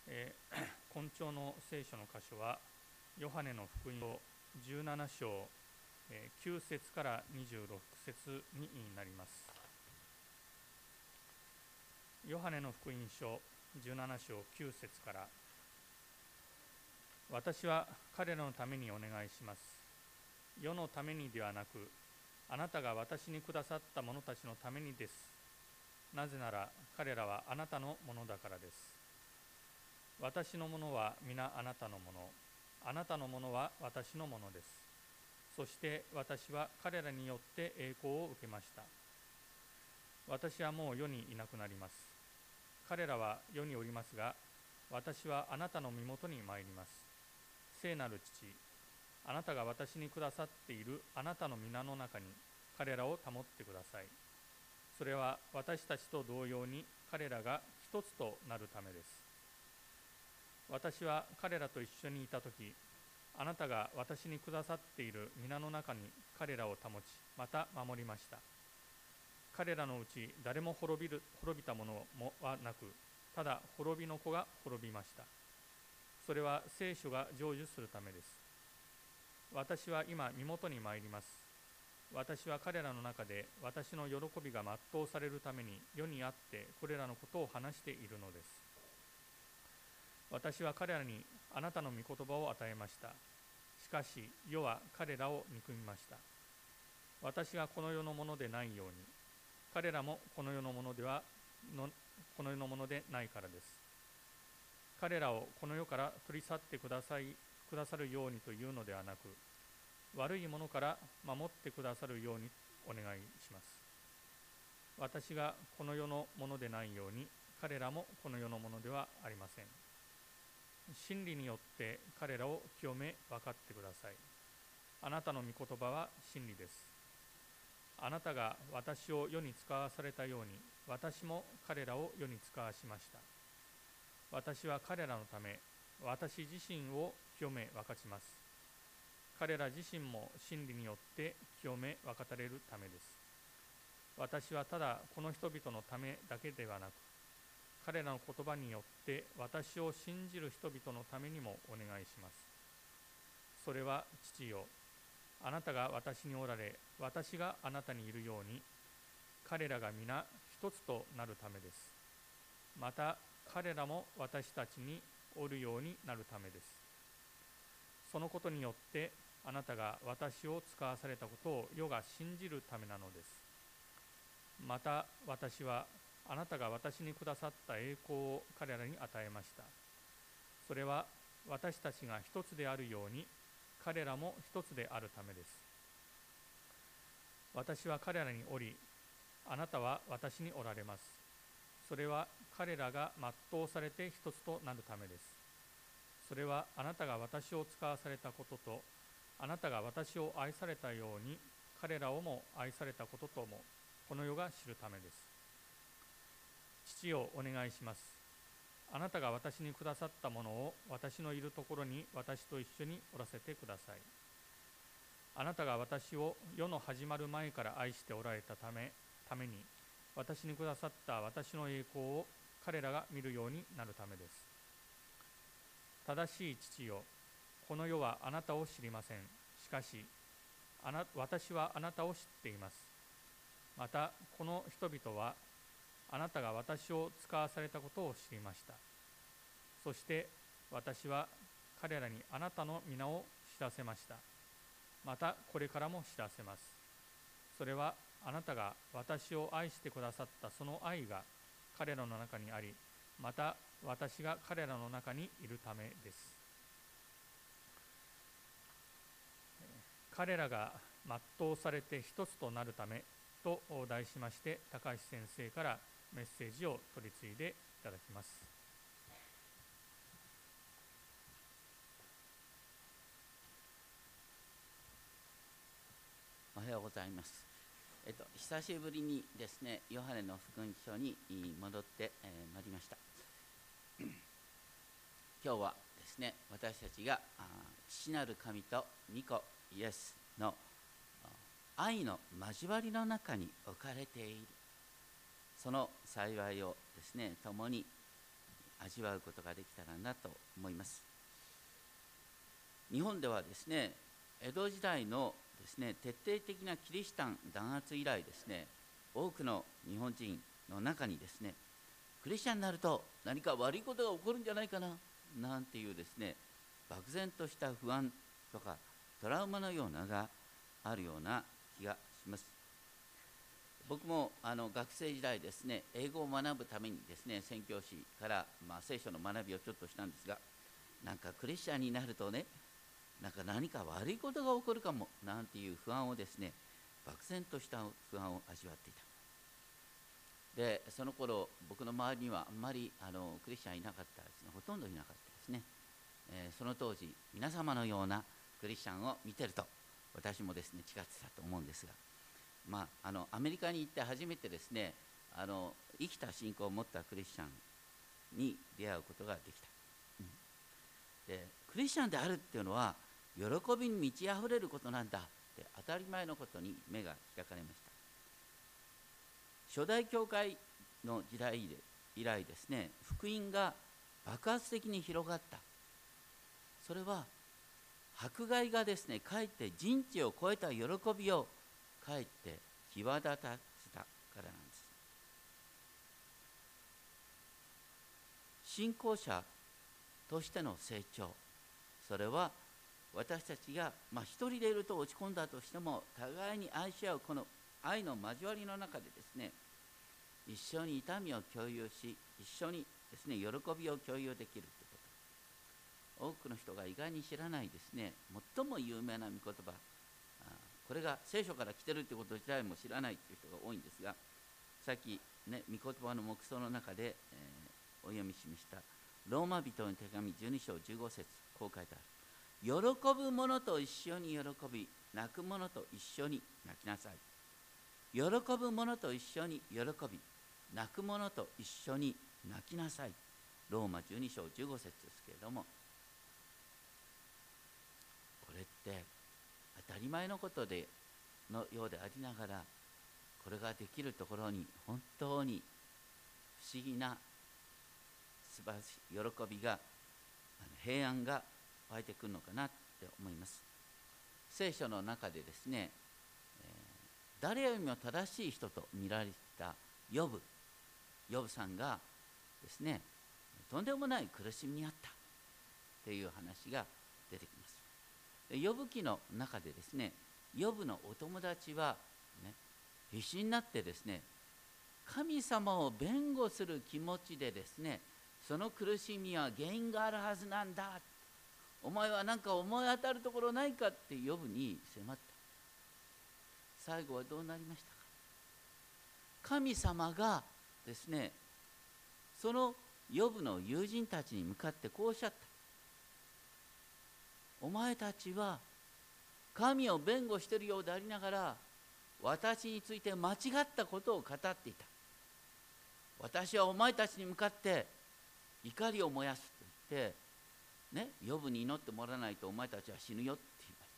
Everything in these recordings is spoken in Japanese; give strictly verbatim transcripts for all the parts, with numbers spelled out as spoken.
えー、今朝の聖書の箇所はヨハネの福音書じゅうなな章、えー、きゅう節からにじゅうろく節になります。ヨハネの福音書じゅうなな章きゅう節から、私は彼らのためにお願いします。世のためにではなく、あなたが私にくださった者たちのためにです。なぜなら彼らはあなたのものだからです。私のものは皆あなたのもの、あなたのものは私のものです。そして私は彼らによって栄光を受けました。私はもう世にいなくなります。彼らは世におりますが、私はあなたの身元に参ります。聖なる父、あなたが私にくださっているあなたの皆の中に彼らを保ってください。それは私たちと同様に彼らが一つとなるためです。私は彼らと一緒にいたとき、あなたが私にくださっている皆の中に彼らを保ち、また守りました。彼らのうち誰も滅びる、滅びたものもはなく、ただ滅びの子が滅びました。それは聖書が成就するためです。私は今身元に参ります。私は彼らの中で私の喜びが全うされるために世にあってこれらのことを話しているのです。私は彼らにあなたの御言葉を与えました。しかし世は彼らを憎みました。私がこの世のものでないように、彼らもこの世のものではのこの世のものでないからです。彼らをこの世から取り去ってくださいくださるようにというのではなく、悪いものから守ってくださるようにお願いします。私がこの世のものでないように、彼らもこの世のものではありません。真理によって彼らを清め分かってください。あなたの御言葉は真理です。あなたが私を世に使わされたように、私も彼らを世に使わしました。私は彼らのため、私自身を清め分かちます。彼ら自身も真理によって清め分かたれるためです。私はただこの人々のためだけではなく、彼らの言葉によって私を信じる人々のためにもお願いします。それは父よ、あなたが私におられ、私があなたにいるように、彼らが皆一つとなるためです。また彼らも私たちにおるようになるためです。そのことによってあなたが私を使わされたことを世が信じるためなのです。また私はあなたが私にくださった栄光を彼らに与えました。それは私たちが一つであるように彼らも一つであるためです。私は彼らにおり、あなたは私におられます。それは彼らが全うされて一つとなるためです。それはあなたが私を使わされたことと、あなたが私を愛されたように彼らをも愛されたことともこの世が知るためです。父をお願いします。あなたが私にくださったものを私のいるところに私と一緒におらせてください。あなたが私を世の始まる前から愛しておられたため、ために私にくださった私の栄光を彼らが見るようになるためです。正しい父よ、この世はあなたを知りません。しかしあな私はあなたを知っています。またこの人々はあなたが私を使わされたことを知りました。そして私は彼らにあなたの皆を知らせました。またこれからも知らせます。それはあなたが私を愛してくださったその愛が彼らの中にあり、また私が彼らの中にいるためです。彼らが全うされて一つとなるためと題しまして、高橋先生からメッセージを取り継いでいただきます。 おはようございます。えっと、久しぶりにですね、ヨハネの福音書に戻ってまいりました。今日はですね、私たちが父なる神と御子イエスの愛の交わりの中に置かれている、その幸いをですね、共に味わうことができたらなと思います。日本ではですね、江戸時代のですね、徹底的なキリシタン弾圧以来ですね、多くの日本人の中にですね、クリスチャンになると何か悪いことが起こるんじゃないかななんていうですね、漠然とした不安とかトラウマのようながあるような気がします。僕もあの学生時代ですね、英語を学ぶためにですね、宣教師から、まあ、聖書の学びをちょっとしたんですが、なんかクリスチャンになるとね、なんか何か悪いことが起こるかもなんていう不安をですね、漠然とした不安を味わっていた。で、その頃僕の周りにはあんまりあのクリスチャンいなかったですね、ほとんどいなかったですね。えー、その当時皆様のようなクリスチャンを見てると私もですね違ってたと思うんですが、まあ、あのアメリカに行って初めてですね、あの生きた信仰を持ったクリスチャンに出会うことができた。うん、でクリスチャンであるっていうのは喜びに満ち溢れることなんだって当たり前のことに目が開かれました。初代教会の時代で以来ですね、福音が爆発的に広がった。それは迫害がですね、かえって人知を超えた喜びをかえって際立たせたからなんです。信仰者としての成長、それは私たちが、まあ、一人でいると落ち込んだとしても互いに愛し合うこの愛の交わりの中でですね、一緒に痛みを共有し、一緒にですね喜びを共有できるということ。多くの人が意外に知らないですね、最も有名な御言葉、これが聖書から来てるということ自体も知らないという人が多いんですが、さっきね御言葉の黙想の中で、えー、お読みしましたローマ人の手紙じゅうに章じゅうご節、こう書いてある。喜ぶ者と一緒に喜び、泣く者と一緒に泣きなさい。喜ぶ者と一緒に喜び、泣く者と一緒に泣きなさい。ローマじゅうに章じゅうご節ですけれども、これって当たり前のことでのようでありながら、これができるところに本当に不思議な素晴らしい喜びが、平安が湧いてくるのかなって思います。聖書の中でですね、えー、誰よりも正しい人と見られたヨブ、ヨブさんがですね、とんでもない苦しみにあったという話が出てきます。ヨブ記の中でですね、ヨブのお友達は、ね、必死になってですね、神様を弁護する気持ちでですね、その苦しみは原因があるはずなんだ、お前は何か思い当たるところないかってヨブに迫った。最後はどうなりましたか。神様がですね、そのヨブの友人たちに向かってこうおっしゃった。お前たちは神を弁護しているようでありながら、私について間違ったことを語っていた。私はお前たちに向かって怒りを燃やすと言ってね、ヨブに祈ってもらわないとお前たちは死ぬよって言いました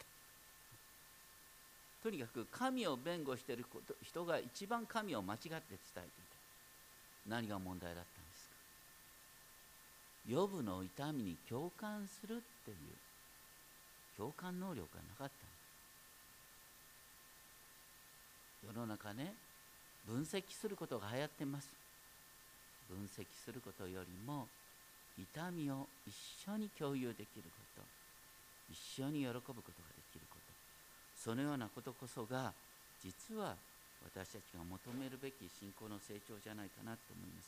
。とにかく神を弁護している人が一番神を間違って伝えていた。何が問題だったんですか。ヨブの痛みに共感するっていう共感能力がなかった。世の中ね、分析することが流行ってます。分析することよりも痛みを一緒に共有できること、一緒に喜ぶことができること、そのようなことこそが実は私たちが求めるべき信仰の成長じゃないかなと思います。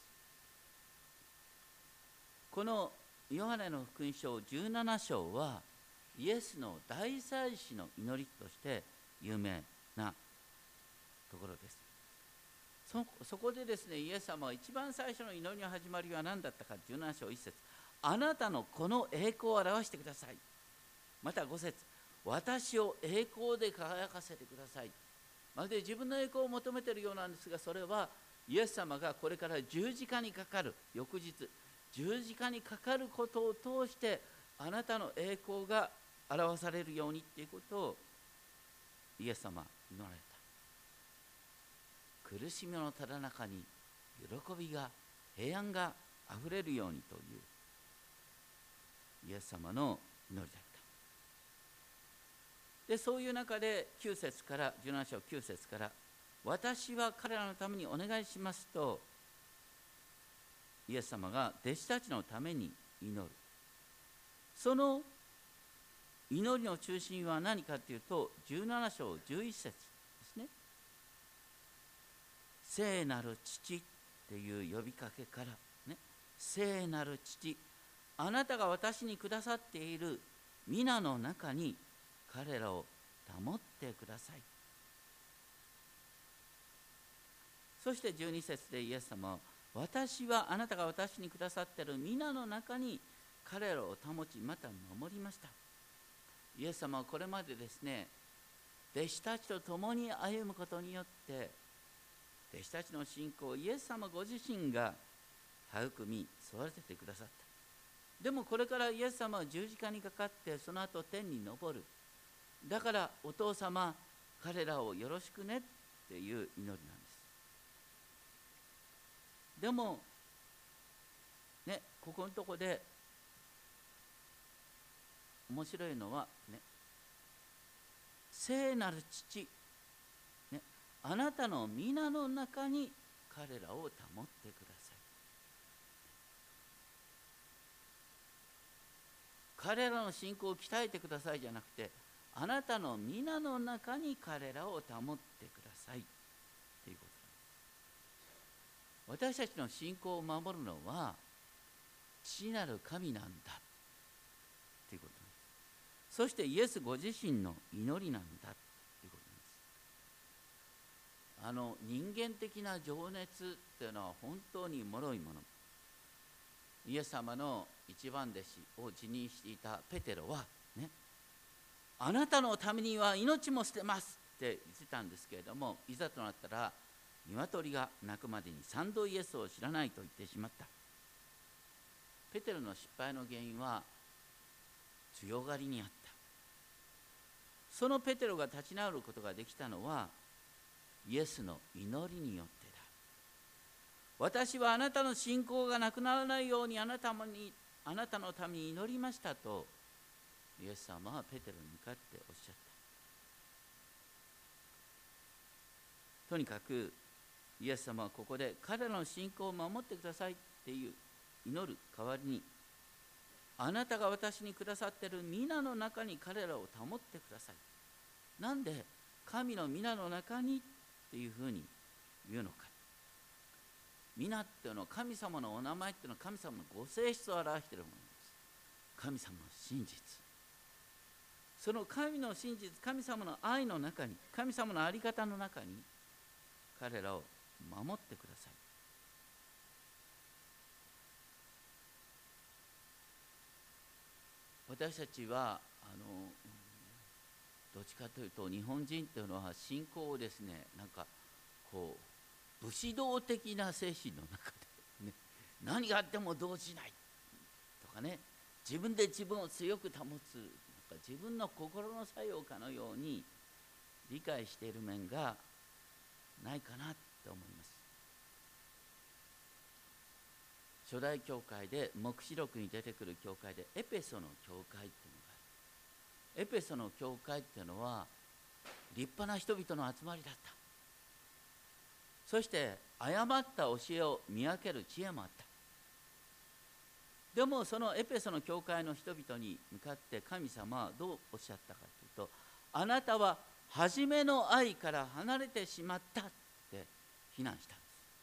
このヨハネの福音書じゅうなな章はイエスの大祭司の祈りとして有名なところです。そ, そこでですね、イエス様は一番最初の祈りの始まりは何だったか。じゅうなな章いち節、あなたのこの栄光を表してください。またご節、私を栄光で輝かせてください。まるで自分の栄光を求めているようなんですが、それはイエス様がこれから十字架にかかる翌日、十字架にかかることを通してあなたの栄光が表されるようにということをイエス様は祈られた。苦しみのただ中に喜びが、平安があふれるようにというイエス様の祈りだった。でそういう中できゅう節からじゅうなな章きゅう節から私は彼らのためにお願いしますとイエス様が弟子たちのために祈る。その祈りの中心は何かというとじゅうなな章じゅういち節ですね。聖なる父っていう呼びかけからね、聖なる父、あなたが私にくださっている皆の中に彼らを保ってください。そしてじゅうに節でイエス様は私はあなたが私にくださっている皆の中に彼らを保ちまた守りました。イエス様はこれまでですね、弟子たちと共に歩むことによって弟子たちの信仰をイエス様ご自身が育み育ててくださった。でもこれからイエス様は十字架にかかってその後天に昇る。だからお父様彼らをよろしくねっていう祈りなんです。でもね、ここのとこで面白いのはね、聖なる父、ね、あなたの皆の中に彼らを保ってください。彼らの信仰を鍛えてくださいじゃなくて、あなたの皆の中に彼らを保ってくださいということです。私たちの信仰を守るのは父なる神なんだということです。そしてイエスご自身の祈りなんだということです。あの人間的な情熱というのは本当に脆いもの。イエス様の一番弟子を自認していたペテロはね、あなたのためには命も捨てますって言ってたんですけれども、いざとなったら鶏が鳴くまでに三度イエスを知らないと言ってしまった。ペテロの失敗の原因は強がりにあった。そのペテロが立ち直ることができたのはイエスの祈りによってだ。私はあなたの信仰がなくならないようにあなたにあなたのために祈りましたとイエス様はペテロに向かっておっしゃった。とにかくイエス様はここで彼らの信仰を守ってくださいっていう祈る代わりに、あなたが私にくださっている皆の中に彼らを保ってください。なんで神の皆の中にっていうふうに言うのか。皆っていうのは神様のお名前っていうのは神様のご性質を表しているものです。神様の真実、その神の真実、神様の愛の中に、神様の在り方の中に彼らを守ってください。私たちはあのどっちかというと日本人というのは信仰をですね、なんかこう武士道的な精神の中で、ね、何があっても動じないとかね、自分で自分を強く保つ、なんか自分の心の作用かのように理解している面がないかなと思います。初代教会で黙示録に出てくる教会でエペソの教会っていうのがある。エペソの教会っていうのは立派な人々の集まりだった。そして誤った教えを見分ける知恵もあった。でもそのエペソの教会の人々に向かって神様はどうおっしゃったかというと、あなたは初めの愛から離れてしまったって非難したんです。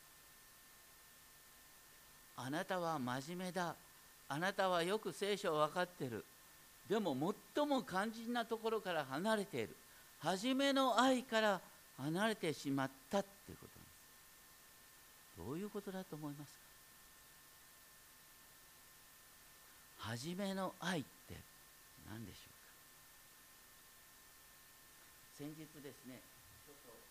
あなたは真面目だ、あなたはよく聖書を分かっている、でも最も肝心なところから離れている、初めの愛から離れてしまったっていうことなんです。どういうことだと思いますか？初めの愛って何でしょうか？先日ですね、ちょっと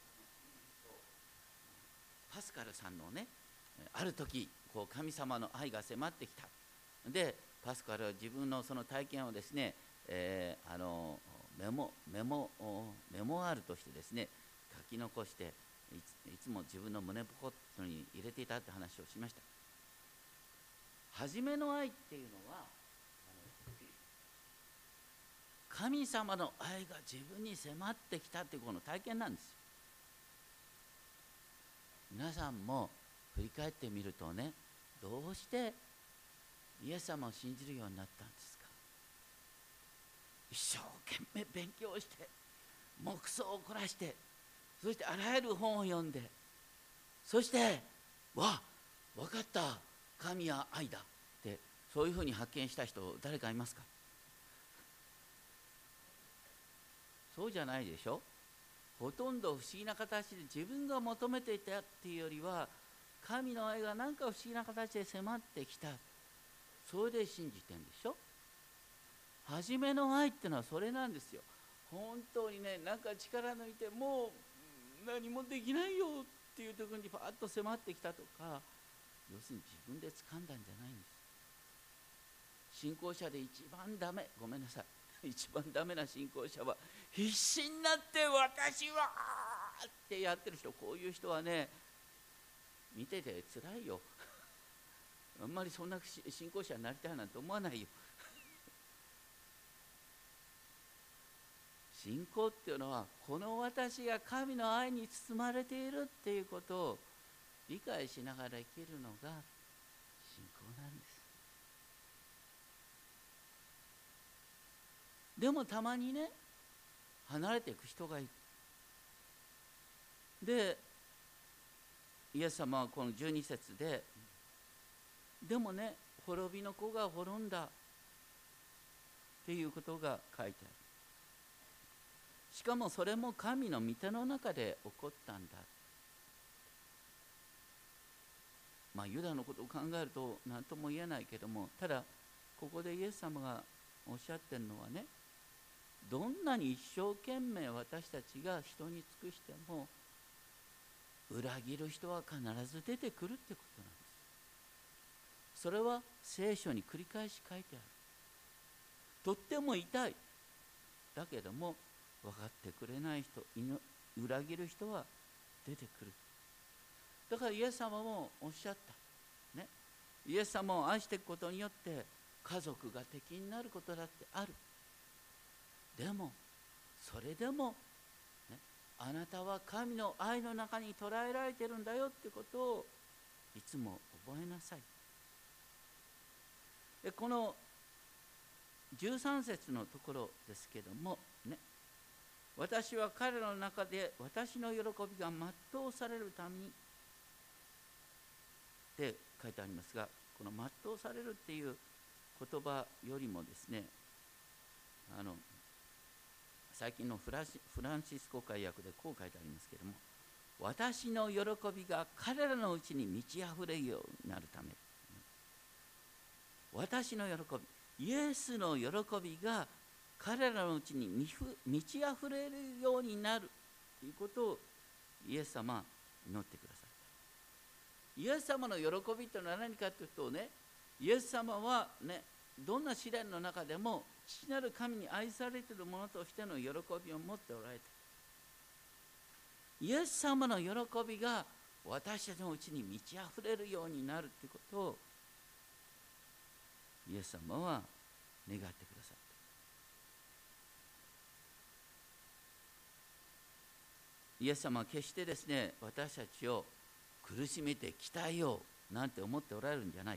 パスカルさんのね、ある時こう神様の愛が迫ってきた。でパスカルは自分のその体験をですね、えー、あのメモメモメモアールとしてですね書き残していつ、いつも自分の胸ポケットに入れていたって話をしました。 初めの愛っていうのは神様の愛が自分に迫ってきたっていうこの体験なんですよ。皆さんも振り返ってみるとね、どうしてイエス様を信じるようになったんですか。一生懸命勉強して黙想を凝らして、そしてあらゆる本を読んで、そしてわ分かった、神は愛だって、そういうふうに発見した人誰かいますか。そうじゃないでしょ。ほとんど不思議な形で自分が求めていたっていうよりは、神の愛が何か不思議な形で迫ってきた、それで信じてんでしょ。初めの愛ってのはそれなんですよ。本当にね、なんか力抜いてもう何もできないよっていうところにパーッと迫ってきたとか、要するに自分で掴んだんじゃないんです。信仰者で一番ダメ、ごめんなさい、一番ダメな信仰者は必死になって私はってやってる人、こういう人はね、見ててつらいよ。あんまりそんな信仰者になりたいなんて思わないよ。信仰っていうのは、この私が神の愛に包まれているっていうことを理解しながら生きるのが信仰なんです。でもたまにね、離れていく人がいる。で、イエス様はこのじゅうに節で、でもね、滅びの子が滅んだっていうことが書いてある。しかもそれも神の御手の中で起こったんだ。まあユダのことを考えると何とも言えないけども、ただここでイエス様がおっしゃってるのはね、どんなに一生懸命私たちが人に尽くしても、裏切る人は必ず出てくるってことなんです。それは聖書に繰り返し書いてある。とっても痛い。だけども分かってくれない人、裏切る人は出てくる。だからイエス様もおっしゃった、ね、イエス様を愛していくことによって家族が敵になることだってある。でもそれでも、ね、あなたは神の愛の中に捉えられているんだよってことをいつも覚えなさい。でこのじゅうさん節のところですけどもね、私は彼らの中で私の喜びが全うされるためにって書いてありますが、この全うされるっていう言葉よりもですね、あの最近のフランシフランシスコ会訳でこう書いてありますけれども、私の喜びが彼らのうちに満ち溢れるようになるため、私の喜び、イエスの喜びが彼らのうちに満ち溢れるようになるということをイエス様は祈ってください。イエス様の喜びというのは何かというとね、イエス様はね、どんな試練の中でも父なる神に愛されているものとしての喜びを持っておられた。イエス様の喜びが私たちのうちに満ち溢れるようになるということをイエス様は願ってください。イエス様は決してですね、私たちを苦しめて鍛えようなんて思っておられるんじゃない。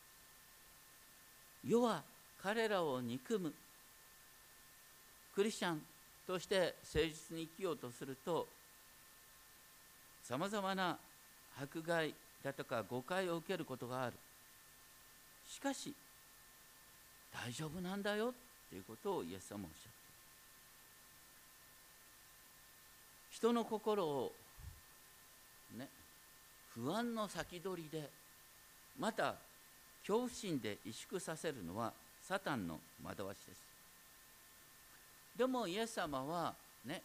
世は彼らを憎む。クリスチャンとして誠実に生きようとすると、さまざまな迫害だとか誤解を受けることがある。しかし大丈夫なんだよということをイエス様はおっしゃっている。人の心をね、不安の先取りで、また恐怖心で萎縮させるのはサタンの惑わしです。でもイエス様はね、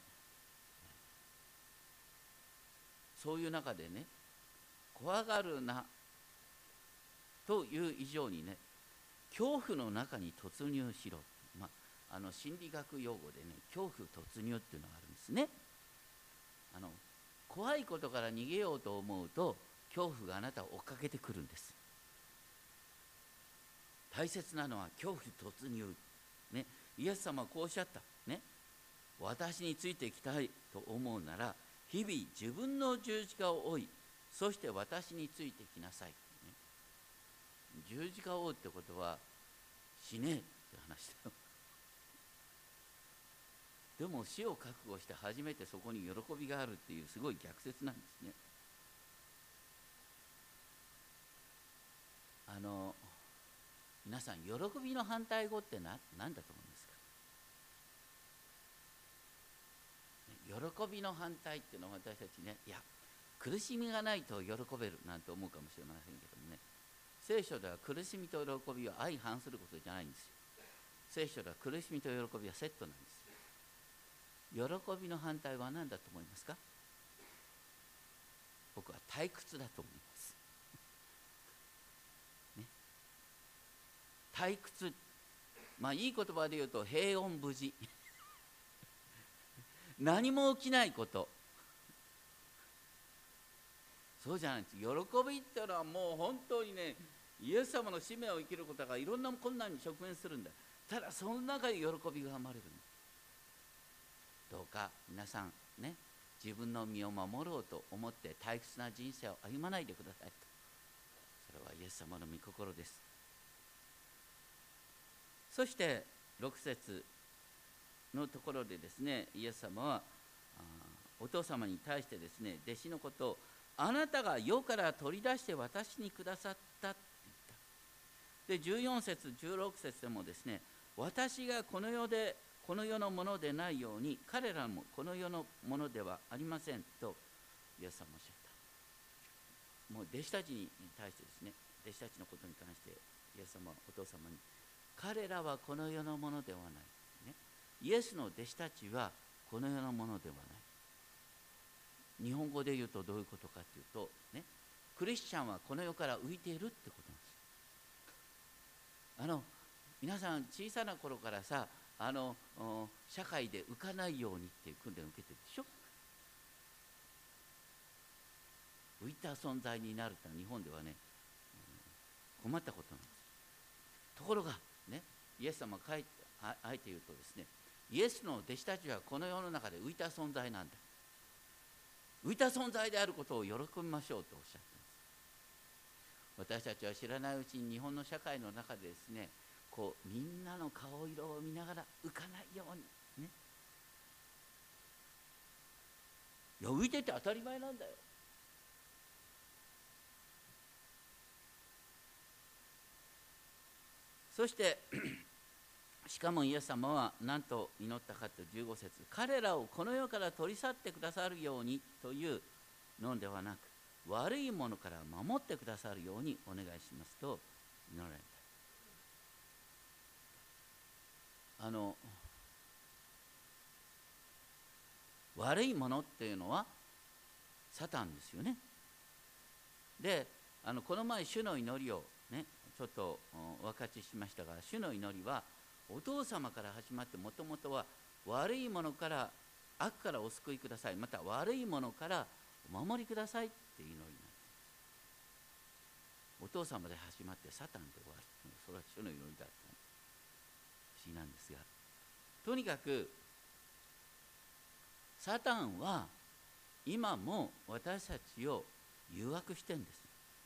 そういう中でね、怖がるなという以上にね、恐怖の中に突入しろ、まあ、あの心理学用語でね、恐怖突入っていうのがあるんですね。あの怖いことから逃げようと思うと恐怖があなたを追っかけてくるんです。 大切なのは恐怖突入、ね、イエス様はこうおっしゃった、ね、私についていきたいと思うなら日々自分の十字架を追い、そして私についてきなさい、ね、十字架を追うってことは死ねえって話だよでも死を覚悟して初めてそこに喜びがあるっていうすごい逆説なんですね。あの皆さん、喜びの反対語って何だと思いますか？喜びの反対っていうのは私たちね、いや苦しみがないと喜べるなんて思うかもしれませんけどもね、聖書では苦しみと喜びは相反することじゃないんですよ。聖書では苦しみと喜びはセットなんです。喜びの反対は何だと思いますか？僕は退屈だと思います、ね、退屈、まあいい言葉で言うと平穏無事何も起きないこと、そうじゃないんです。喜びっていうのはもう本当にね、イエス様の使命を生きることがいろんな困難に直面するんだ。ただその中で喜びが生まれるんだ。どうか皆さんね、自分の身を守ろうと思って退屈な人生を歩まないでくださいと。それはイエス様の御心です。そしてろく節のところでですね、イエス様はお父様に対してですね、弟子のことをあなたが世から取り出して私にくださったって言った。でじゅうよん節じゅうろく節でもですね、私がこの世でこの世のものでないように彼らもこの世のものではありませんとイエス様おっしゃった。もう弟子たちに対してですね、弟子たちのことに関してイエス様はお父様に、彼らはこの世のものではない、ね、イエスの弟子たちはこの世のものではない。日本語で言うとどういうことかというと、ね、クリスチャンはこの世から浮いているってことなんです。あの皆さん小さな頃からさ、あの社会で浮かないようにっていう訓練を受けてるでしょ。浮いた存在になるとは日本ではね、困ったことなんです。ところがね、イエス様があえて言うとですね、イエスの弟子たちはこの世の中で浮いた存在なんだ、浮いた存在であることを喜びましょうとおっしゃっています。私たちは知らないうちに日本の社会の中でですね、こうみんなの顔色を見ながら浮かないようにね、いや浮いてて当たり前なんだよ。そしてしかもイエス様は何と祈ったかというじゅうご節、彼らをこの世から取り去ってくださるようにというのではなく、悪いものから守ってくださるようにお願いしますと祈られた。あの悪いものっていうのはサタンですよね。で、あのこの前主の祈りをねちょっとお分かちしましたが、主の祈りはお父様から始まって、もともとは悪いものから、悪からお救いください、また悪いものからお守りくださいっていう祈りなんです。お父様で始まってサタンで終わる。それは主の祈りだった。不思議なんですが、とにかくサタンは今も私たちを誘惑してるんです。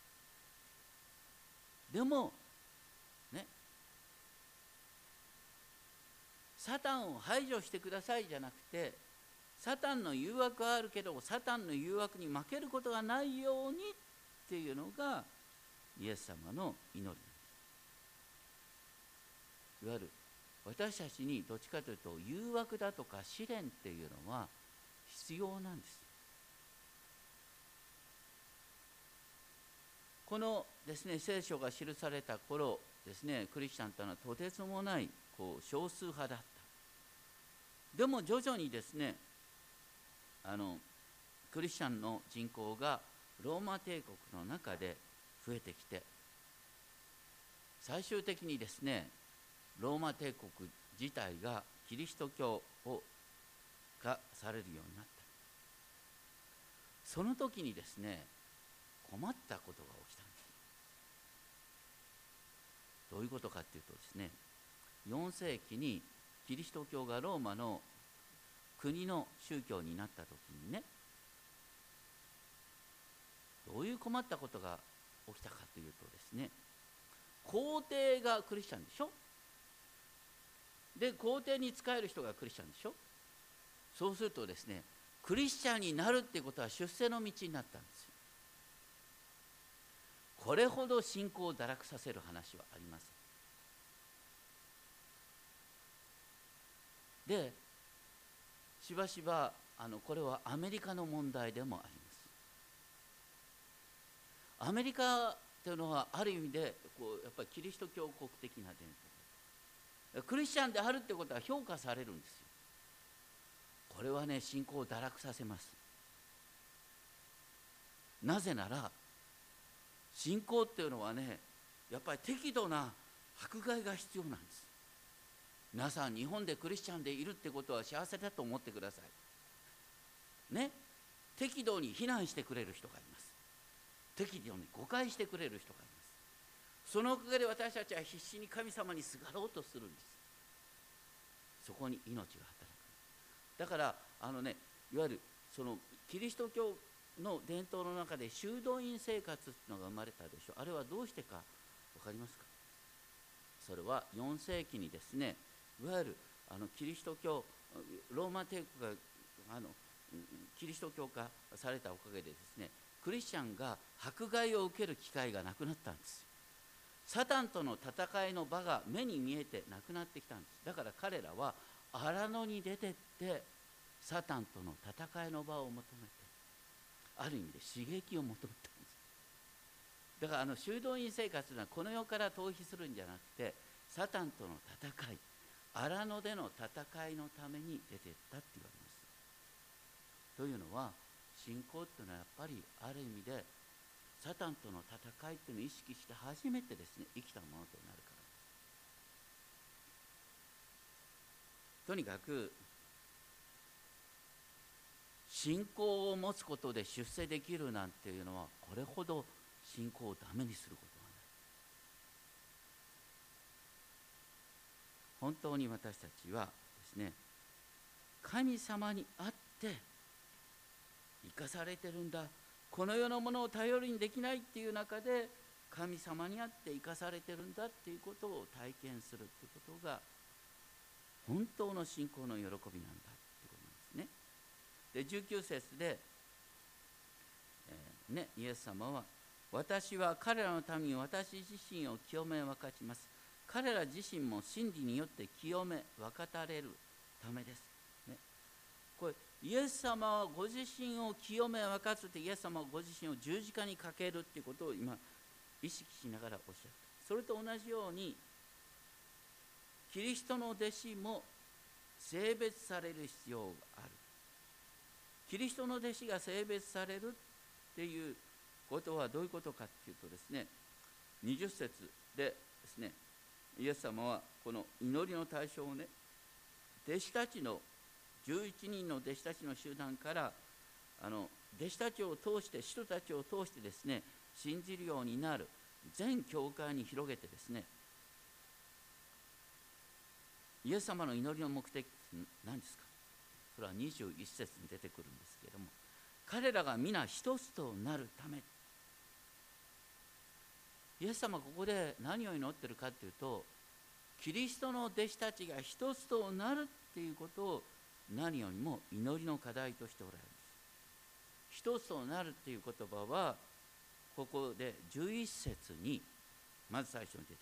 でもね、サタンを排除してくださいじゃなくて、サタンの誘惑はあるけどサタンの誘惑に負けることがないようにっていうのがイエス様の祈りなんです。いわゆる私たちにどっちかというと誘惑だとか試練っていうのは必要なんです。このですね、聖書が記された頃ですね、クリスチャンというのはとてつもないこう少数派だった。でも徐々にですね、あのクリスチャンの人口がローマ帝国の中で増えてきて、最終的にですね、ローマ帝国自体がキリスト教をがされるようになった。その時にですね、困ったことが起きたんです。 どういうことかっていうとですね、よん世紀にキリスト教がローマの国の宗教になった時にね、どういう困ったことが起きたかというとですね、皇帝がクリスチャンでしょ。で、皇帝に仕える人がクリスチャンでしょ。そうするとですね、クリスチャンになるっていうことは出世の道になったんですよ。これほど信仰を堕落させる話はありません。で、しばしばあのこれはアメリカの問題でもあります。アメリカというのはある意味でこうやっぱりキリスト教国的な伝統、クリスチャンであるってことは評価されるんですよ。これはね、信仰を堕落させます。なぜなら信仰っていうのはね、やっぱり適度な迫害が必要なんです。皆さん、日本でクリスチャンでいるってことは幸せだと思ってくださいね。適度に非難してくれる人がいます。適度に誤解してくれる人がいます。そのおかげで私たちは必死に神様にすがろうとするんです。そこに命が働く。だからあのね、いわゆるそのキリスト教の伝統の中で修道院生活っていうのが生まれたでしょう。あれはどうしてか分かりますか。それはよん世紀にですね、いわゆるあのキリスト教、ローマ帝国があのキリスト教化されたおかげでですね、クリスチャンが迫害を受ける機会がなくなったんです。サタンとの戦いの場が目に見えてなくなってきたんです。だから彼らは荒野に出てってサタンとの戦いの場を求めて、ある意味で刺激を求めたんです。だからあの修道院生活というのはこの世から逃避するんじゃなくて、サタンとの戦い、荒野での戦いのために出ていったって言われます。というのは、信仰っていうのはやっぱりある意味でサタンとの戦いっていうのを意識して初めてですね、生きたものとなるからです。とにかく信仰を持つことで出世できるなんていうのは、これほど信仰をダメにすることはない。本当に私たちはですね、神様にあって生かされてるんだ、この世のものを頼りにできないっていう中で神様にあって生かされてるんだっていうことを体験するっていうことが本当の信仰の喜びなんだってことなんですね。でじゅうきゅう節で、えーね、イエス様は、私は彼らのために私自身を清め分かちます。彼ら自身も真理によって清め分かたれるためです、ね、これイエス様はご自身を清め分かつって、イエス様はご自身を十字架にかけるっていうことを今意識しながらおっしゃる。それと同じようにキリストの弟子も性別される必要がある。キリストの弟子が性別されるっていうことはどういうことかっていうとですね、にじゅっ節でですね、イエス様はこの祈りの対象をね、弟子たちのじゅういちにんの弟子たちの集団からあの弟子たちを通して、使徒たちを通してですね、信じるようになる全教会に広げてですね、イエス様の祈りの目的って何ですか。それはにじゅういち節に出てくるんですけれども、彼らが皆一つとなるため。イエス様はここで何を祈ってるかというと、キリストの弟子たちが一つとなるっていうことを何よりも祈りの課題としておられるんです。一つとなるっていう言葉はここでじゅういち節にまず最初に出てく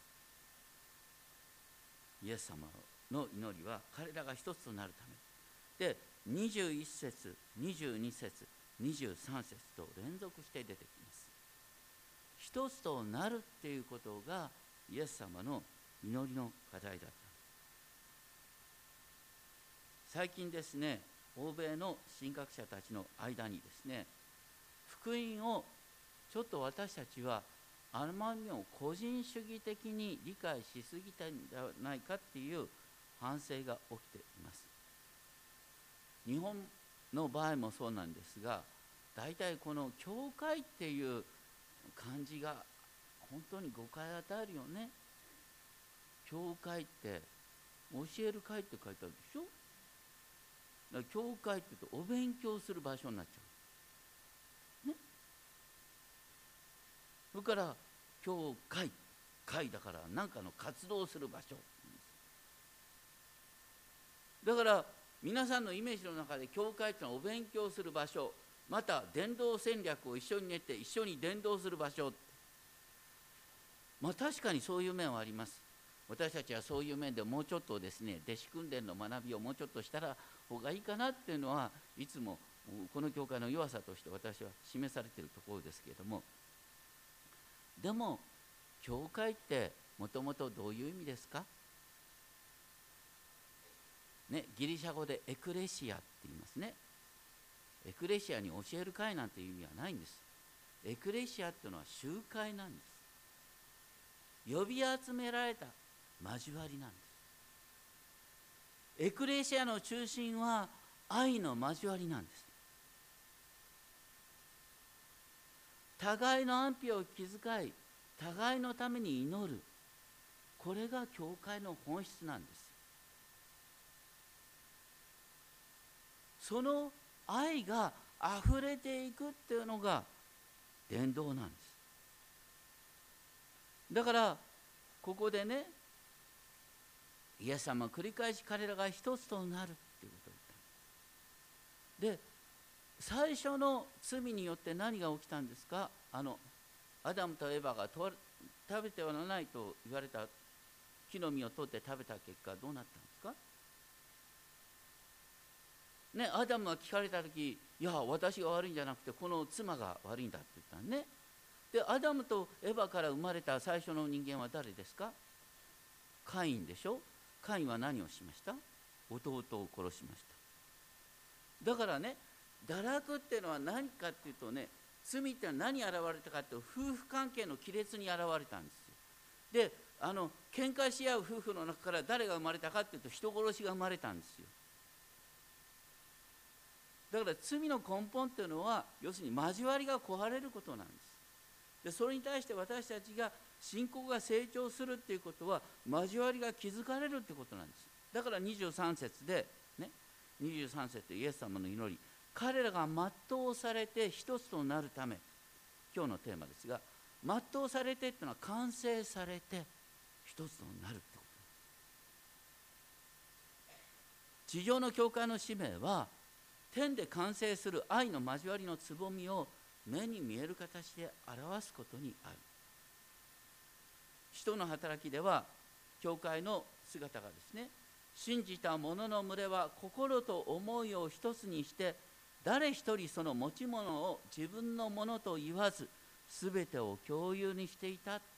る。イエス様の祈りは彼らが一つとなるためで、にじゅういち節、にじゅうに節、にじゅうさん節と連続して出てきます。一つとなるっていうことがイエス様の祈りの課題だった。最近ですね、欧米の神学者たちの間にですね、福音をちょっと私たちはあまりにも個人主義的に理解しすぎたんじゃないかっていう反省が起きています。日本の場合もそうなんですが、大体この教会っていう漢字が本当に誤解を与えるよね。 教会って教える会って書いてあるでしょ。だから教会って言うとお勉強する場所になっちゃうね。それから教会会だから何かの活動する場所だから、皆さんのイメージの中で教会というのはお勉強する場所、また伝道戦略を一緒に練って一緒に伝道する場所。まあ確かにそういう面はあります。私たちはそういう面でもうちょっとですね、弟子訓練の学びをもうちょっとしたら方がいいかなっていうのはいつもこの教会の弱さとして私は示されているところですけれども、でも教会ってもともとどういう意味ですかね、ギリシャ語でエクレシアって言いますね。エクレシアに教える会なんていう意味はないんです。エクレシアっていうのは集会なんです。呼び集められた交わりなんです。エクレシアの中心は愛の交わりなんです。互いの安否を気遣い、互いのために祈る、これが教会の本質なんです。その愛があふれていくっていうのが伝道なんです。だからここでね、イエス様は繰り返し彼らが一つとなるっていうことを言った。で、最初の罪によって何が起きたんですか。あのアダムとエバが食べてはならないと言われた木の実を取って食べた結果どうなったんですかね。アダムは聞かれた時、いや私が悪いんじゃなくてこの妻が悪いんだって言ったね。でアダムとエバから生まれた最初の人間は誰ですか。カインでしょ。カインは何をしました。弟を殺しました。だからね、堕落っていうのは何かっていうとね、罪ってのは何に現れたかっていうと、夫婦関係の亀裂に現れたんですよ。で、あの喧嘩し合う夫婦の中から誰が生まれたかっていうと、人殺しが生まれたんですよ。だから罪の根本っていうのは要するに交わりが壊れることなんです。でそれに対して私たちが信仰が成長するっていうことは交わりが築かれるってことなんです。だからにじゅうさん節でね、にじゅうさん節でイエス様の祈り、彼らが全うされて一つとなるため、今日のテーマですが、全うされてっていうのは完成されて一つとなるってこと。地上の教会の使命は天で完成する愛の交わりのつぼみを目に見える形で表すことにある。使徒の働きでは教会の姿がですね、信じた者の群れは心と思いを一つにして誰一人その持ち物を自分のものと言わずすべてを共有にしていた。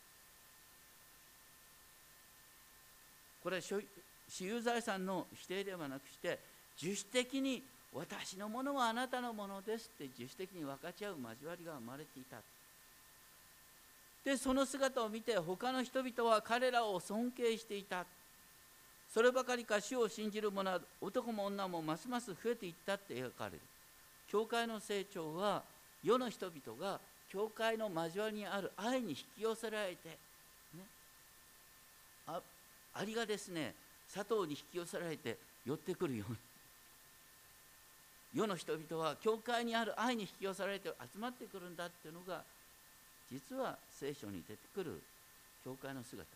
これは私有財産の否定ではなくして自主的に私のものはあなたのものですって自主的に分かち合う交わりが生まれていた。でその姿を見て他の人々は彼らを尊敬していた。そればかりか主を信じる者は男も女もますます増えていったって描かれる。教会の成長は世の人々が教会の交わりにある愛に引き寄せられて、ね、あアリがですね砂糖に引き寄せられて寄ってくるように、世の人々は教会にある愛に引き寄せられて集まってくるんだっていうのが実は聖書に出てくる教会の姿。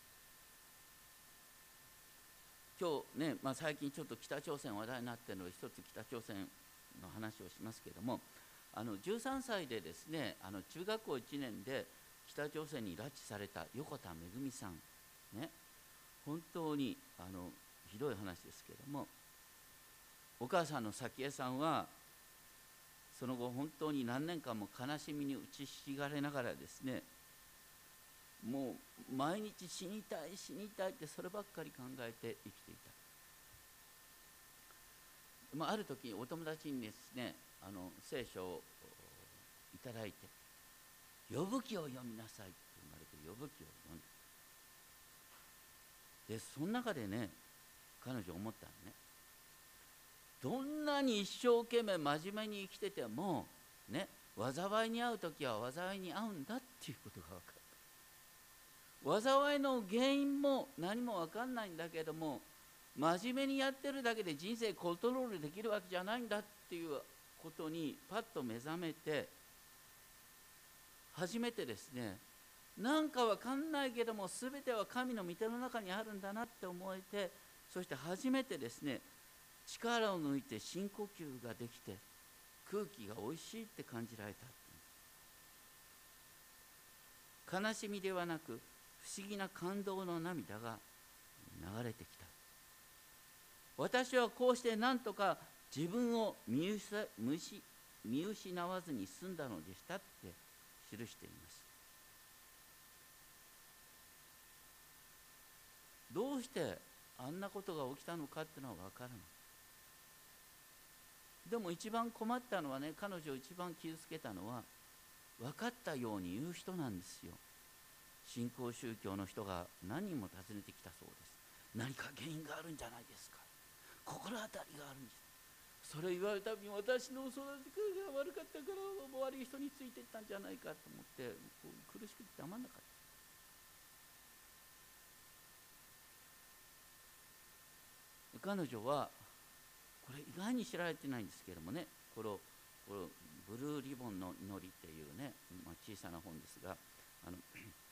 今日ね、まあ、最近ちょっと北朝鮮話題になっているので一つ北朝鮮の話をしますけれども、あのじゅうさんさいでですね、あの中学校いちねんで北朝鮮に拉致された横田めぐみさんね、本当にあのひどい話ですけれども、お母さんの早紀江さんはその後本当に何年間も悲しみに打ちひしがれながらですね、もう毎日死にたい死にたいってそればっかり考えて生きていた。まあ、ある時お友達にですね、あの聖書をいただいて呼ぶ記を読みなさいって言われて呼ぶ記を読んで、でその中でね彼女思ったのね、どんなに一生懸命真面目に生きててもね、災いに遭う時は災いに遭うんだっていうことが分かる。 災いの原因も何も分かんないんだけども、真面目にやってるだけで人生コントロールできるわけじゃないんだっていうことにパッと目覚めて、初めてですね、なんか分かんないけども全ては神の御手の中にあるんだなって思えて、そして初めてですね、力を抜いて深呼吸ができて空気がおいしいって感じられた。悲しみではなく不思議な感動の涙が流れてきた。私はこうして何とか自分を見失見失わずに済んだのでしたって記しています。どうしてあんなことが起きたのかっていうのは分からない。でも一番困ったのはね、彼女を一番傷つけたのは分かったように言う人なんですよ。新興宗教の人が何人も訪ねてきたそうです。何か原因があるんじゃないですか、心当たりがあるんです。それ言われたびに私の育て方が悪かったから悪い人についていったんじゃないかと思って苦しくてたまんなかった。彼女はこれ意外に知られてないんですけれどもね、このこのブルーリボンの祈りっていうね、まあ、小さな本ですが、あの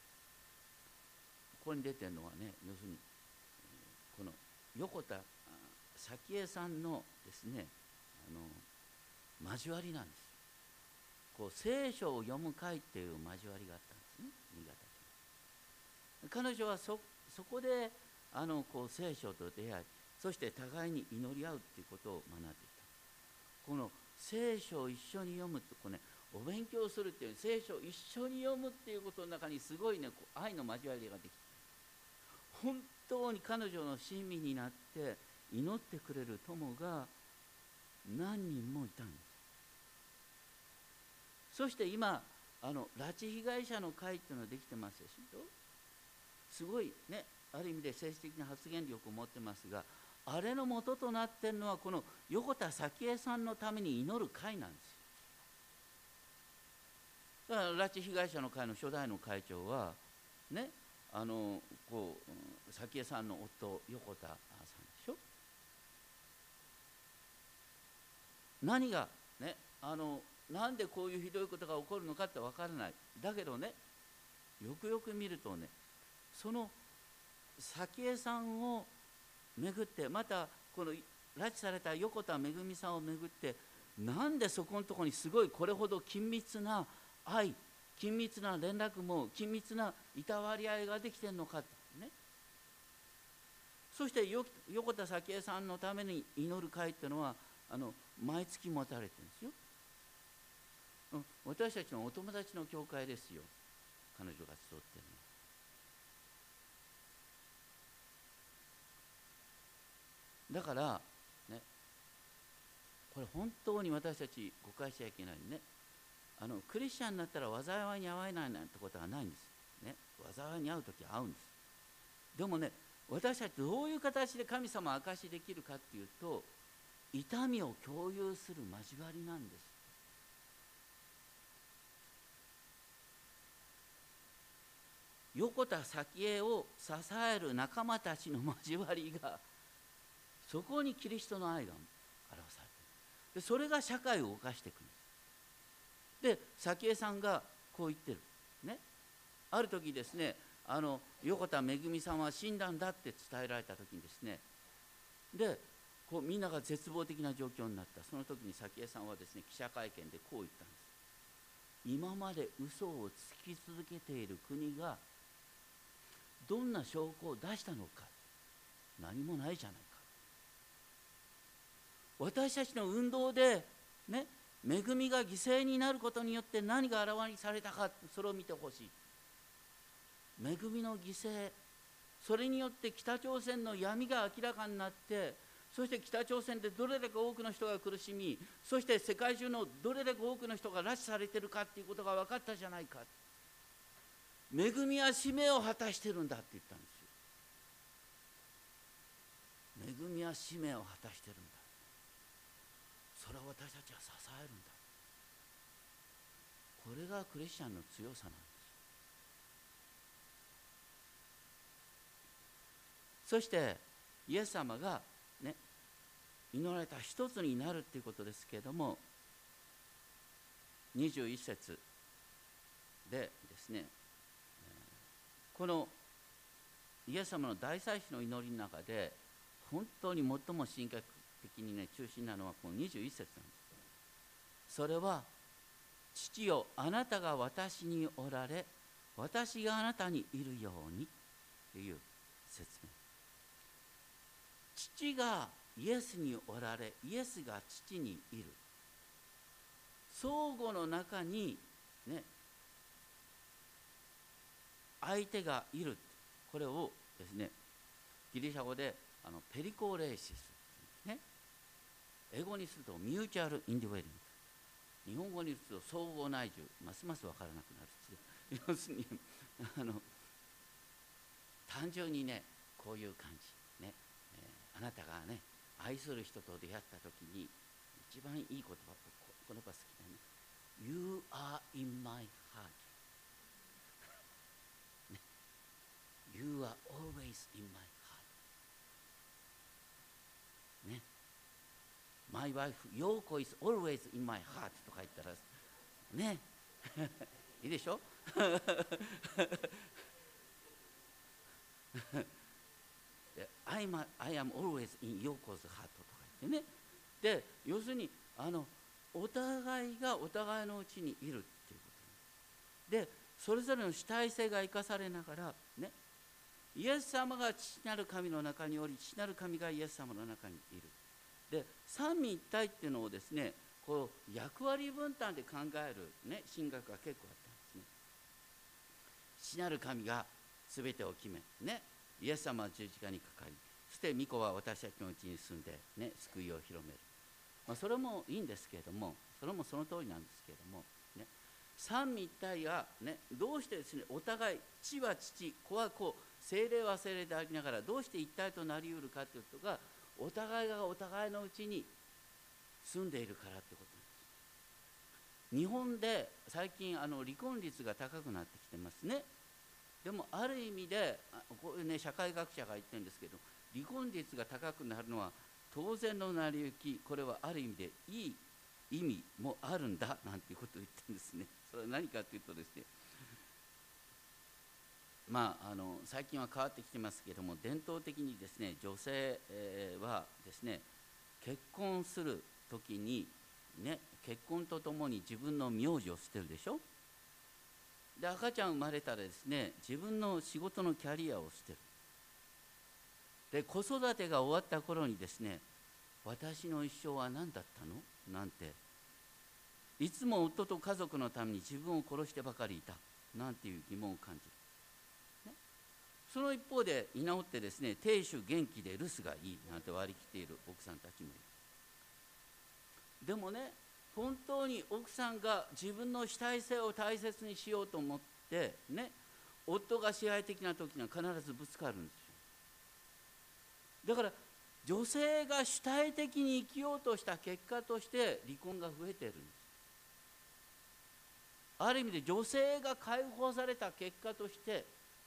ここに出てるのはね、要するにこの横田早紀江さんのですね、あの交わりなんです。こう聖書を読む会っていう交わりがあったんですね、新潟県。彼女は そ, そこであのこう聖書と出会い、そして互いに祈り合うっていうことを学んでいた。この聖書を一緒に読むとこう、ね、お勉強するっていう、聖書を一緒に読むっていうことの中にすごいね、こう愛の交わりができて、本当に彼女の親身になって祈ってくれる友が何人もいたんです。そして今あの拉致被害者の会っていうのができてますでしょ。すごいね、ある意味で政治的な発言力を持ってますが、あれの元となっているのはこの横田早紀江さんのために祈る会なんですよ。だから拉致被害者の会の初代の会長はね、あのこう早紀江さんの夫横田さんでしょ。何がね、あのなんでこういうひどいことが起こるのかって分からない。だけどね、よくよく見るとね、その早紀江さんをめぐって、またこの拉致された横田めぐみさんをめぐって、なんでそこのところにすごいこれほど緊密な愛、緊密な連絡も緊密ないたわり合いができてるのかってね。そして横田早紀江さんのために祈る会っていうのはあの毎月持たれてるんですよ。私たちのお友達の教会ですよ、彼女が集っているの。だからね、これ本当に私たち誤解しちゃいけないね。あのクリスチャンになったら災いに遭わないなんてことはないんですね。災いに遭うときは遭うんです。でもね、私たちどういう形で神様を証しできるかっていうと、痛みを共有する交わりなんです。横田早紀江を支える仲間たちの交わりが、そこにキリストの愛が表されている。でそれが社会を動かしていくんです。で早紀江さんがこう言ってるね。ある時ですね、あの横田めぐみさんは死んだんだって伝えられた時にですね、でこうみんなが絶望的な状況になった。その時に早紀江さんはですね、記者会見でこう言ったんです。今まで嘘をつき続けている国がどんな証拠を出したのか。何もないじゃないか。私たちの運動でね、恵みが犠牲になることによって何が表されたか、それを見てほしい。恵みの犠牲、それによって北朝鮮の闇が明らかになって、そして北朝鮮でどれだけ多くの人が苦しみ、そして世界中のどれだけ多くの人が拉致されているかということが分かったじゃないか。恵みは使命を果たしてるんだって言ったんですよ。恵みは使命を果たしてるんだ。それを私たちは支えるんだ。これがクリスチャンの強さなんです。 そしてイエス様がね祈られた一つになるっていうことですけれども、にじゅういっ節でですね、このイエス様の大祭司の祈りの中で本当に最も神学的にね中心なのはこのにじゅういっ節なんです。それは父よ、あなたが私におられ、私があなたにいるようにという説明。父がイエスにおられ、イエスが父にいる、相互の中にね相手がいる、これをですねギリシャ語であのペリコレーシス、ね、英語にするとミューチャルインディウェリング、日本語にすると相互内住、ますます分からなくなる。要するにあの単純にねこういう感じね、えー、あなたがね愛する人と出会った時に一番いい言葉、この場好きだね。You are in my heart ね、You are always in my heart ね、My wife 陽子 is always in my heart とか言ったらねいいでしょI am, I am always in 陽子 's heart とか言ってね。で要するにあのお互いがお互いのうちにいるっていうことで、それぞれの主体性が生かされながらね、イエス様が父なる神の中におり、父なる神がイエス様の中にいる。で三位一体っていうのをですねこう役割分担で考える、ね、神学が結構あったんですね。父なる神が全てを決め、ね、イエス様は十字架にかかり、そして御子は私たちのうちに住んで、ね、救いを広める。まあ、それもいいんですけれども、それもその通りなんですけれども、ね、三位一体が、ね、どうしてですねお互い父は父、子は子、聖霊は聖霊でありながらどうして一体となりうるかということが、お互いがお互いのうちに住んでいるからってことなんです。日本で最近あの離婚率が高くなってきてますね。でもある意味でこういう、ね、社会学者が言ってるんですけど、離婚率が高くなるのは当然の成り行き、これはある意味でいい意味もあるんだなんていうことを言ってるんですね。それは何かというとですね、まあ、あの最近は変わってきてますけれども、伝統的にですね女性はですね結婚するときに、ね、結婚とともに自分の名字を捨てるでしょ。で赤ちゃん生まれたらですね自分の仕事のキャリアを捨てる。で子育てが終わった頃にですね、私の一生は何だったのなんて、いつも夫と家族のために自分を殺してばかりいたなんていう疑問を感じる、ね、その一方で居直ってですね亭主元気で留守がいいなんて割り切っている奥さんたちもいる。でもね本当に奥さんが自分の主体性を大切にしようと思ってね、夫が支配的な時には必ずぶつかるんですよ。だから女性が主体的に生きようとした結果として離婚が増えているんです。ある意味で女性が解放された結果として、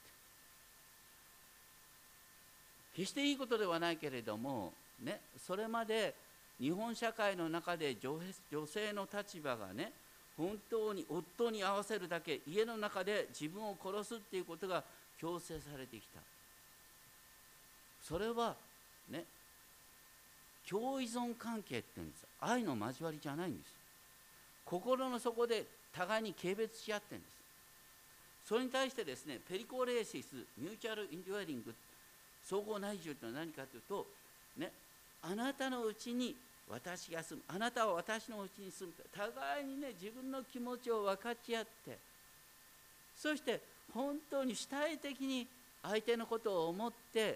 決していいことではないけれども、ね、それまで日本社会の中で 女, 女性の立場がね本当に夫に合わせるだけ、家の中で自分を殺すっていうことが強制されてきた。それはね共依存関係って言うんです。愛の交わりじゃないんです。心の底で互いに軽蔑し合ってるんです。それに対してですねペリコレーシス、ミューチャルインデュアリング、相互内住というのは何かというとね、あなたのうちに私が住む、あなたは私のうちに住む、互いにね自分の気持ちを分かち合って、そして本当に主体的に相手のことを思って、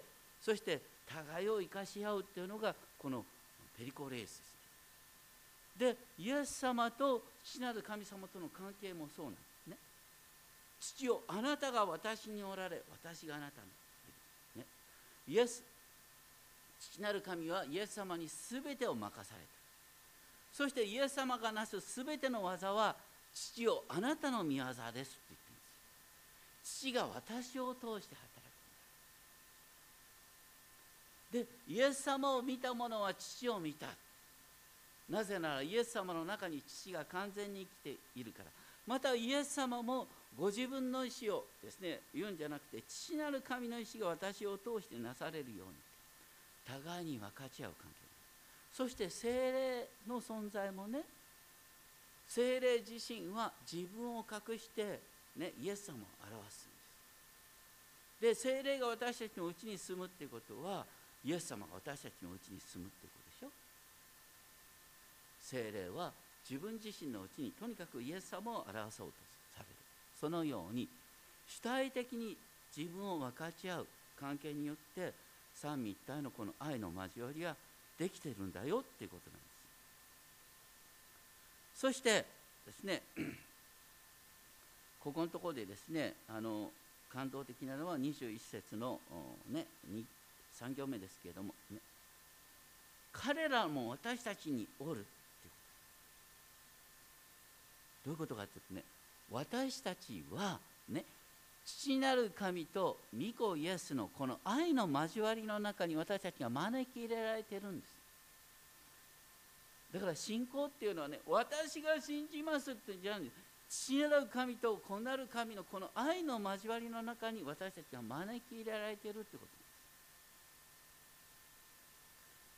そして互いを生かし合うっていうのがこのペリコレーシスで、イエス様と父なる神様との関係もそうなんですね。父よあなたが私におられ、私があなたに、ね、イエス父なる神はイエス様にすべてを任された。そしてイエス様がなすすべての技は父よあなたの御業ですって言ってるんです。父が私を通して働く。 でイエス様を見た者は父を見た。なぜならイエス様の中に父が完全に生きているから。またイエス様もご自分の意思をですね言うんじゃなくて、父なる神の意思が私を通してなされるように、互いに分かち合う関係。そして聖霊の存在もね、聖霊自身は自分を隠して、ね、イエス様を表すんです。で聖霊が私たちのうちに住むっていうことは、イエス様が私たちのうちに住むっていうことでしょ。聖霊は自分自身のうちにとにかくイエス様を表そうとされる。そのように主体的に自分を分かち合う関係によって三位一体のこの愛の交わりができているんだよっていうことなんです。そしてですねここのところでですね、あの感動的なのはにじゅういっ節の、ね、さん行目ですけれども、ね、彼らも私たちにおる。どういうことかというとね、私たちはね、父なる神と御子イエスのこの愛の交わりの中に私たちが招き入れられているんです。だから信仰っていうのはね、私が信じますってじゃないんです。父なる神と子なる神のこの愛の交わりの中に私たちが招き入れられているってことです。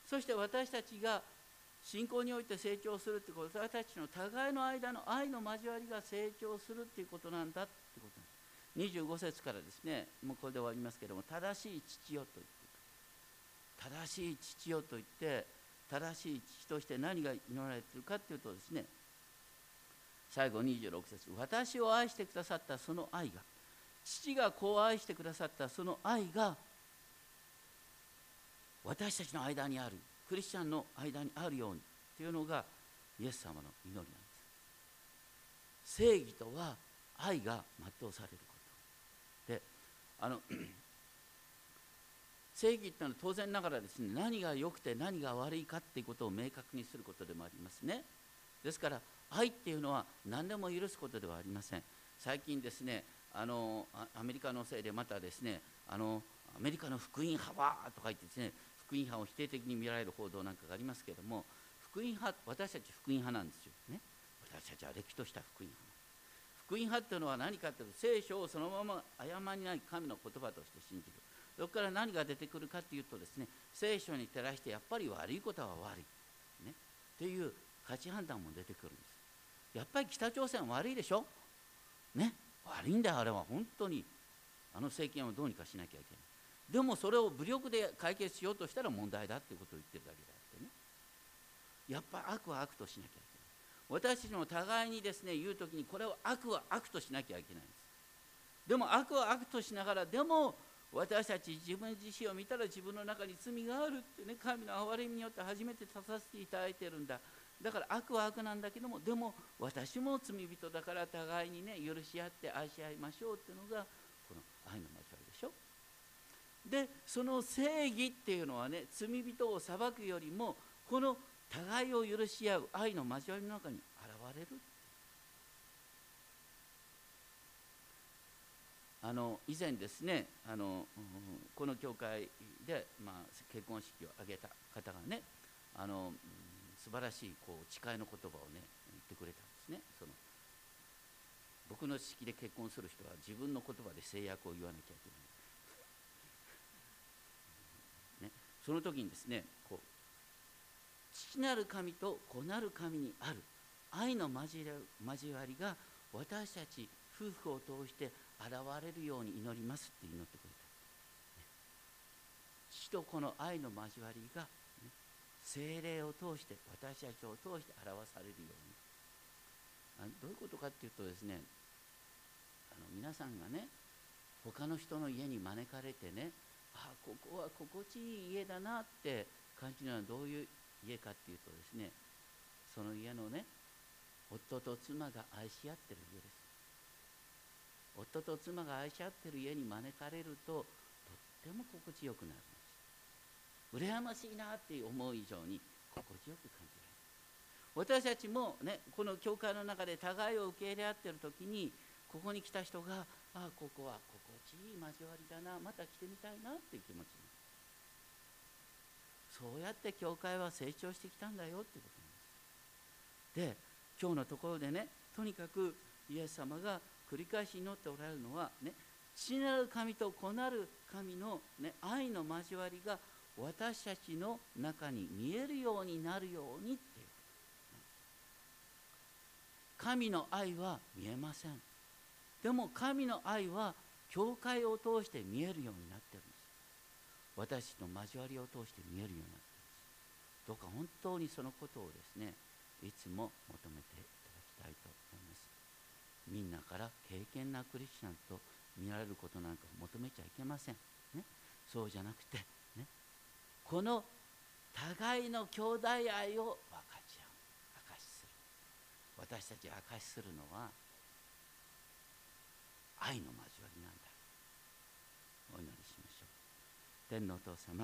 そして私たちが信仰において成長するってこと、私たちの互いの間の愛の交わりが成長するっていうことなんだってことなんです。にじゅうご節からですね、もうこれで終わりますけれども、正しい父よと言っている。正しい父よと言って、正しい父として何が祈られているかというとですね、最後にじゅうろく節、私を愛してくださったその愛が、父がこう愛してくださったその愛が私たちの間にある、クリスチャンの間にあるようにというのがイエス様の祈りなんです。正義とは愛が全うされることで、あの正義というのは当然ながらですね、何が良くて何が悪いかということを明確にすることでもありますね。ですから愛っていうのは何でも許すことではありません。最近ですね、あのアメリカのせいでまたですね、あのアメリカの福音派はとか言ってですね、福音派を否定的に見られる報道なんかがありますけれども、福音派、私たち福音派なんですよね。私たちはれっきとした福音派。福音派というのは何かというと、聖書をそのまま誤りない神の言葉として信じる。そこから何が出てくるかというとですね、聖書に照らしてやっぱり悪いことは悪い、ね、という価値判断も出てくるんです。やっぱり北朝鮮は悪いでしょ、ね、悪いんだよあれは。本当にあの政権をどうにかしなきゃいけない。でもそれを武力で解決しようとしたら問題だっていうことを言ってるだけであってね、やっぱり悪は悪としなきゃいけない。私たちも互いにですね言うときに、これを悪は悪としなきゃいけないんです。でも悪は悪としながら、でも私たち自分自身を見たら自分の中に罪があるってね、神の憐れみによって初めて立たせていただいてるんだ。だから悪は悪なんだけども、でも私も罪人だから互いにね許し合って愛し合いましょうっていうのがこの愛の交わりでしょ。でその正義っていうのはね、罪人を裁くよりもこの互いを許し合う愛の交わりの中に現れる。あの以前ですね、あのこの教会で、まあ、結婚式を挙げた方がね、あの素晴らしいこう誓いの言葉をね言ってくれたんですね。その僕の式で結婚する人は自分の言葉で制約を言わなきゃいけない、ね、その時にですね、こう父なる神と子なる神にある愛の交わりが私たち夫婦を通して現れるように祈りますって祈ってくれた、ね、父と子の愛の交わりが、ね、聖霊を通して私たちを通して表されるように。あどういうことかっていうとですね、あの皆さんがね他の人の家に招かれてね、あここは心地いい家だなって感じるのはどういう家かっていうとですね、その家のね夫と妻が愛し合ってる家です。夫と妻が愛し合ってる家に招かれるととっても心地よくなるんです。羨ましいなって思う以上に心地よく感じられる。私たちもねこの教会の中で互いを受け入れ合ってる時に、ここに来た人があここは心地いい交わりだな、また来てみたいなっていう気持ちに。 そうやって教会は成長してきたんだよっていうことなんです。で、今日のところでね、とにかくイエス様が繰り返し祈っておられるのはね、父なる神と子なる神の、ね、愛の交わりが私たちの中に見えるようになるようにっていう。神の愛は見えません。でも神の愛は教会を通して見えるようになっているんです。私の交わりを通して見えるようになっているんです。どうか本当にそのことをですね、いつも求めていただきたいと思います。みんなから敬虔なクリスチャンと見られることなんか求めちゃいけません、ね、そうじゃなくて、ね、この互いの兄弟愛を分かち合う、証しする。私たちが証しするのは愛の交わりなんだ。お祈りしましょう。天のお父様、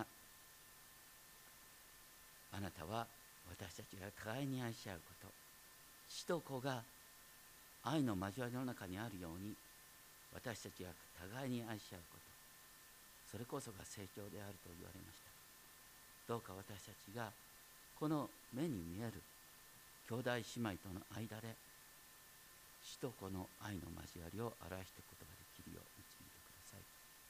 あなたは私たちが互いに愛し合うこと、父と子が愛の交わりの中にあるように、私たちが互いに愛し合うこと、それこそが成長であると言われました。どうか私たちがこの目に見える兄弟姉妹との間で父と子の愛の交わりを表していくことができるよう導いてください。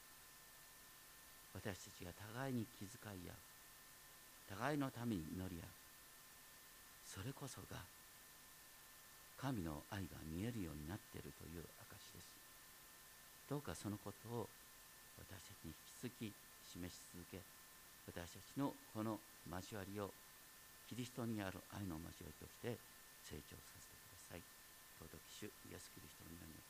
私たちが互いに気遣い合う、互いのために祈り合う、それこそが神の愛が見えるようになっているという証です。どうかそのことを私たちに引き続き示し続け、私たちのこの交わりをキリストにある愛の交わりとして成長させてください。尊き主イエスキリストの皆によって